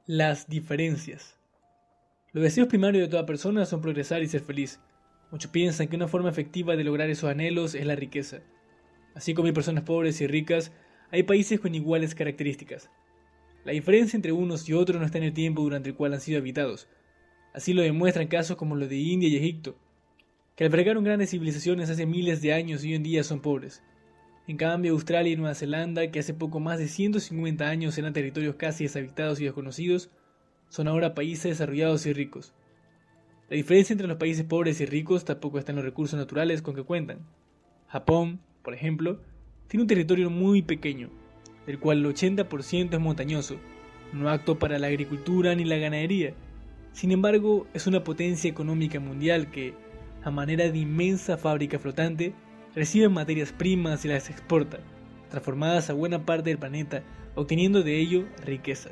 Las diferencias. Los deseos primarios de toda persona son progresar y ser feliz. Muchos piensan que una forma efectiva de lograr esos anhelos es la riqueza. Así como hay personas pobres y ricas, hay países con iguales características. La diferencia entre unos y otros no está en el tiempo durante el cual han sido habitados. Así lo demuestran casos como los de India y Egipto, que albergaron grandes civilizaciones hace miles de años y hoy en día son pobres. En cambio, Australia y Nueva Zelanda, que hace poco más de 150 años eran territorios casi deshabitados y desconocidos, son ahora países desarrollados y ricos. La diferencia entre los países pobres y ricos tampoco está en los recursos naturales con que cuentan. Japón, por ejemplo, tiene un territorio muy pequeño, del cual el 80% es montañoso, no apto para la agricultura ni la ganadería. Sin embargo, es una potencia económica mundial que, a manera de inmensa fábrica flotante, recibe materias primas y las exporta, transformadas a buena parte del planeta, obteniendo de ello riqueza.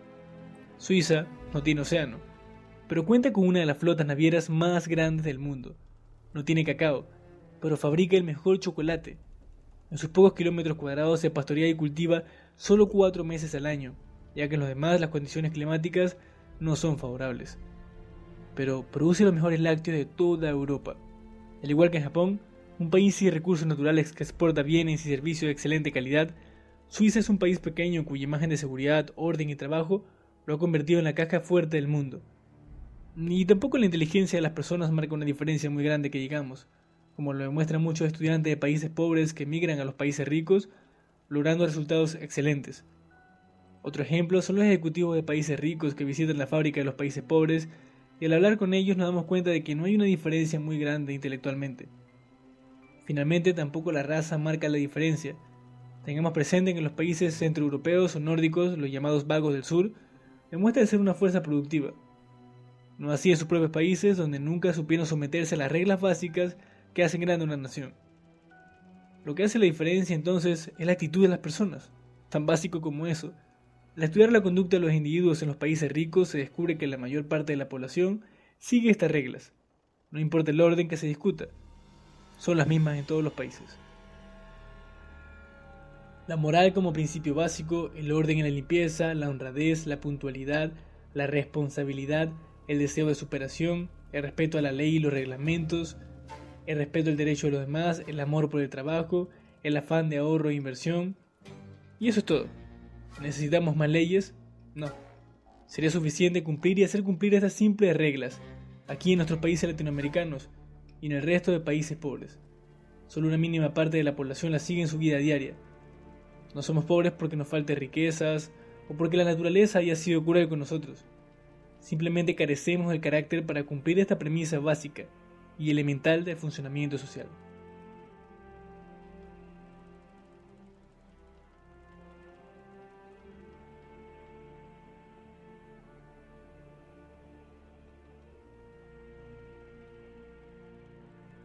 Suiza no tiene océano, pero cuenta con una de las flotas navieras más grandes del mundo. No tiene cacao, pero fabrica el mejor chocolate. En sus pocos kilómetros cuadrados se pastorea y cultiva solo 4 meses al año, ya que en los demás las condiciones climáticas no son favorables. Pero produce los mejores lácteos de toda Europa. Al igual que en Japón, un país sin recursos naturales que exporta bienes y servicios de excelente calidad, Suiza es un país pequeño cuya imagen de seguridad, orden y trabajo lo ha convertido en la caja fuerte del mundo. Y tampoco la inteligencia de las personas marca una diferencia muy grande que digamos, como lo demuestran muchos estudiantes de países pobres que migran a los países ricos, logrando resultados excelentes. Otro ejemplo son los ejecutivos de países ricos que visitan la fábrica de los países pobres y al hablar con ellos nos damos cuenta de que no hay una diferencia muy grande intelectualmente. Finalmente, tampoco la raza marca la diferencia. Tengamos presente que en los países centroeuropeos o nórdicos, los llamados vagos del sur, demuestran ser una fuerza productiva. No así en sus propios países, donde nunca supieron someterse a las reglas básicas que hacen grande una nación. Lo que hace la diferencia entonces es la actitud de las personas, tan básico como eso. Al estudiar la conducta de los individuos en los países ricos se descubre que la mayor parte de la población sigue estas reglas. No importa el orden que se discuta, son las mismas en todos los países. La moral como principio básico, el orden en la limpieza, la honradez, la puntualidad, la responsabilidad, el deseo de superación, el respeto a la ley y los reglamentos, el respeto al derecho de los demás, el amor por el trabajo, el afán de ahorro e inversión. Y eso es todo. ¿Necesitamos más leyes? No. Sería suficiente cumplir y hacer cumplir estas simples reglas, aquí en nuestros países latinoamericanos y en el resto de países pobres. Solo una mínima parte de la población las sigue en su vida diaria. No somos pobres porque nos falte riquezas o porque la naturaleza haya sido cruel con nosotros. Simplemente carecemos del carácter para cumplir esta premisa básica y elemental del funcionamiento social.